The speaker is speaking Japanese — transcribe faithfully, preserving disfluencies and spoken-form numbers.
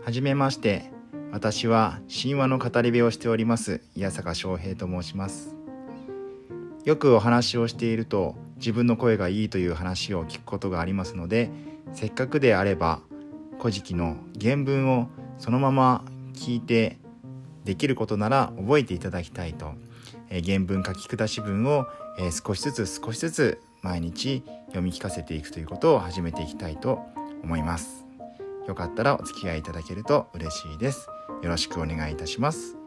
はじめまして。私は神話の語り部をしております宮坂翔平と申します。よくお話をしていると自分の声がいいという話を聞くことがありますので、せっかくであれば古事記の原文をそのまま聞いて、できることなら覚えていただきたいと、えー、原文書き下し文を、えー、少しずつ少しずつ毎日読み聞かせていくということを始めていきたいと思います。よかったらお付き合いいただけると嬉しいです。よろしくお願いいたします。